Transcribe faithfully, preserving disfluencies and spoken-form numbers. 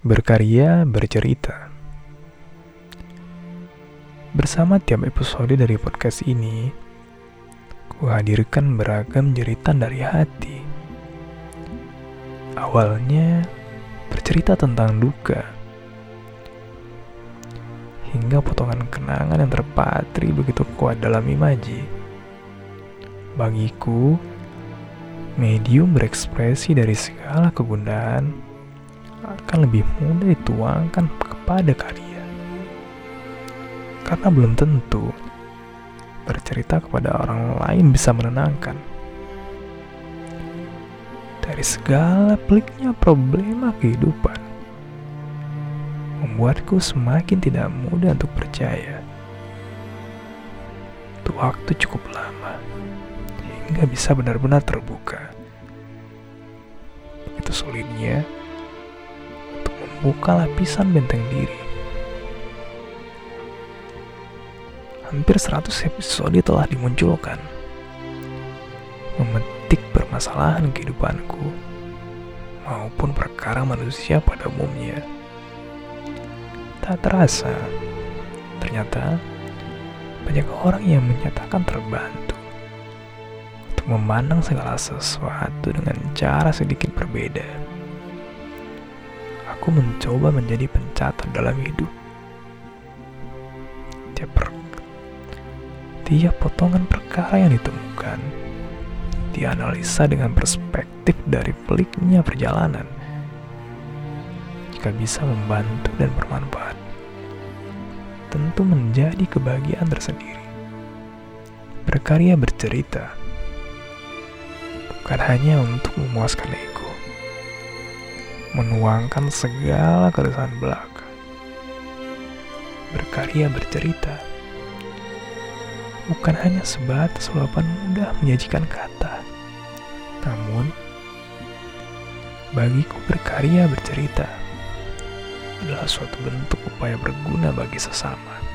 Berkarya bercerita. Bersama tiap episode dari podcast ini, kuhadirkan beragam jeritan dari hati. Awalnya bercerita tentang duka, hingga potongan kenangan yang terpatri begitu kuat dalam imaji. Bagiku, medium berekspresi dari segala kegundahan akan lebih mudah dituangkan kepada karya, karena belum tentu bercerita kepada orang lain bisa menenangkan. Dari segala peliknya problema kehidupan, membuatku semakin tidak mudah untuk percaya. Itu waktu cukup lama hingga bisa benar-benar terbuka. Begitu sulitnya membuka lapisan benteng diri. Hampir seratus episode telah dimunculkan, memetik permasalahan kehidupanku maupun perkara manusia pada umumnya. Tak terasa, ternyata banyak orang yang menyatakan terbantu untuk memandang segala sesuatu dengan cara sedikit berbeda. Aku mencoba menjadi pencatat dalam hidup. Tiap, per, tiap potongan perkara yang ditemukan dianalisa dengan perspektif dari peliknya perjalanan. Jika bisa membantu dan bermanfaat, tentu menjadi kebahagiaan tersendiri. Berkarya bercerita bukan hanya untuk memuaskan ego, menuangkan segala keresahan belaka. Berkarya bercerita bukan hanya sebatas luapan mudah menyajikan kata, namun bagiku berkarya bercerita adalah suatu bentuk upaya berguna bagi sesama.